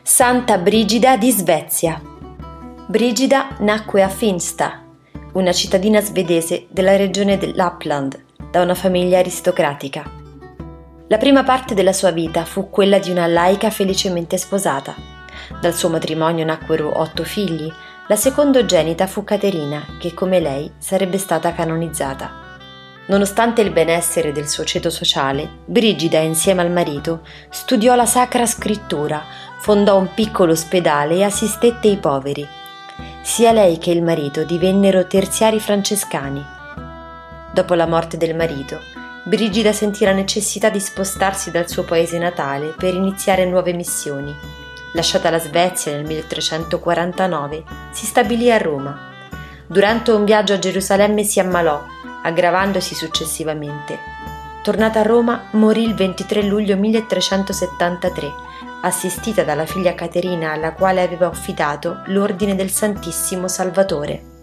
Santa Brigida di Svezia. Brigida nacque a Finsta, una cittadina svedese della regione dell'Uppland, da una famiglia aristocratica. La prima parte della sua vita fu quella di una laica felicemente sposata. Dal suo matrimonio nacquero 8 figli. La secondogenita fu Caterina, che come lei sarebbe stata canonizzata. Nonostante il benessere del suo ceto sociale, Brigida, insieme al marito, studiò la Sacra Scrittura, fondò un piccolo ospedale e assistette i poveri. Sia lei che il marito divennero terziari francescani. Dopo la morte del marito, Brigida sentì la necessità di spostarsi dal suo paese natale per iniziare nuove missioni. Lasciata la Svezia nel 1349, si stabilì a Roma. Durante un viaggio a Gerusalemme si ammalò, aggravandosi successivamente. Tornata a Roma, morì il 23 luglio 1373, assistita dalla figlia Caterina alla quale aveva affidato l'ordine del Santissimo Salvatore.